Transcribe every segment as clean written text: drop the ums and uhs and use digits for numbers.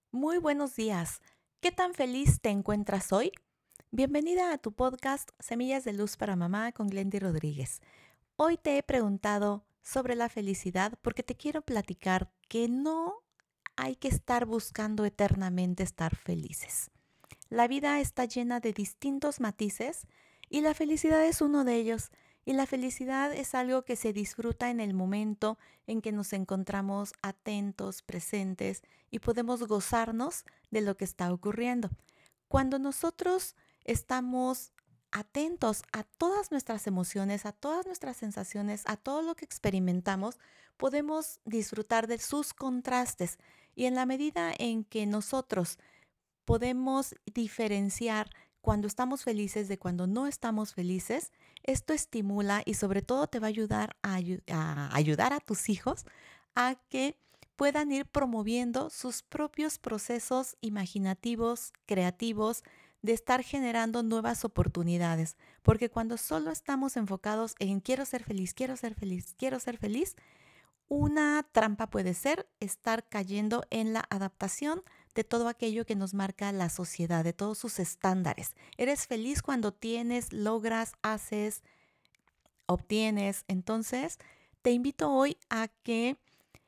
Muy buenos días. ¿Qué tan feliz te encuentras hoy? Bienvenida a tu podcast Semillas de Luz para Mamá con Glendy Rodríguez. Hoy te he preguntado sobre la felicidad porque te quiero platicar que no hay que estar buscando eternamente estar felices. La vida está llena de distintos matices y la felicidad es uno de ellos. Y la felicidad es algo que se disfruta en el momento en que nos encontramos atentos, presentes y podemos gozarnos de lo que está ocurriendo. Cuando nosotros estamos atentos a todas nuestras emociones, a todas nuestras sensaciones, a todo lo que experimentamos, podemos disfrutar de sus contrastes. Y en la medida en que nosotros podemos diferenciar cuando estamos felices de cuando no estamos felices, esto estimula y sobre todo te va a ayudar a ayudar a tus hijos a que puedan ir promoviendo sus propios procesos imaginativos, creativos, de estar generando nuevas oportunidades. Porque cuando solo estamos enfocados en quiero ser feliz, quiero ser feliz, quiero ser feliz, una trampa puede ser estar cayendo en la adaptación de todo aquello que nos marca la sociedad, de todos sus estándares. Eres feliz cuando tienes, logras, haces, obtienes. Entonces, te invito hoy a que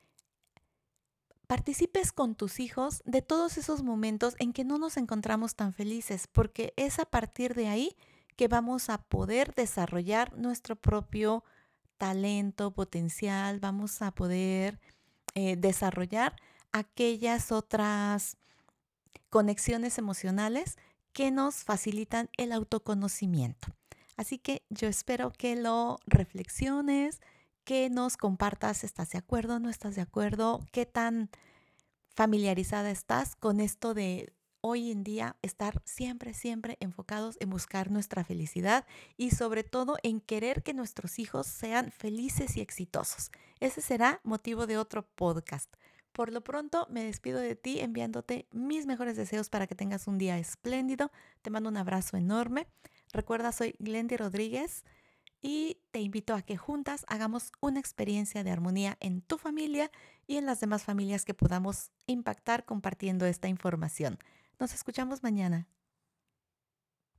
participes con tus hijos de todos esos momentos en que no nos encontramos tan felices, porque es a partir de ahí que vamos a poder desarrollar nuestro propio talento, potencial, vamos a poder desarrollar aquellas otras conexiones emocionales que nos facilitan el autoconocimiento. Así que yo espero que lo reflexiones, que nos compartas, ¿estás de acuerdo? ¿No estás de acuerdo? ¿Qué tan familiarizada estás con esto de hoy en día estar siempre, siempre enfocados en buscar nuestra felicidad y sobre todo en querer que nuestros hijos sean felices y exitosos? Ese será motivo de otro podcast. Por lo pronto me despido de ti enviándote mis mejores deseos para que tengas un día espléndido. Te mando un abrazo enorme. Recuerda, soy Glendy Rodríguez y te invito a que juntas hagamos una experiencia de armonía en tu familia y en las demás familias que podamos impactar compartiendo esta información. Nos escuchamos mañana.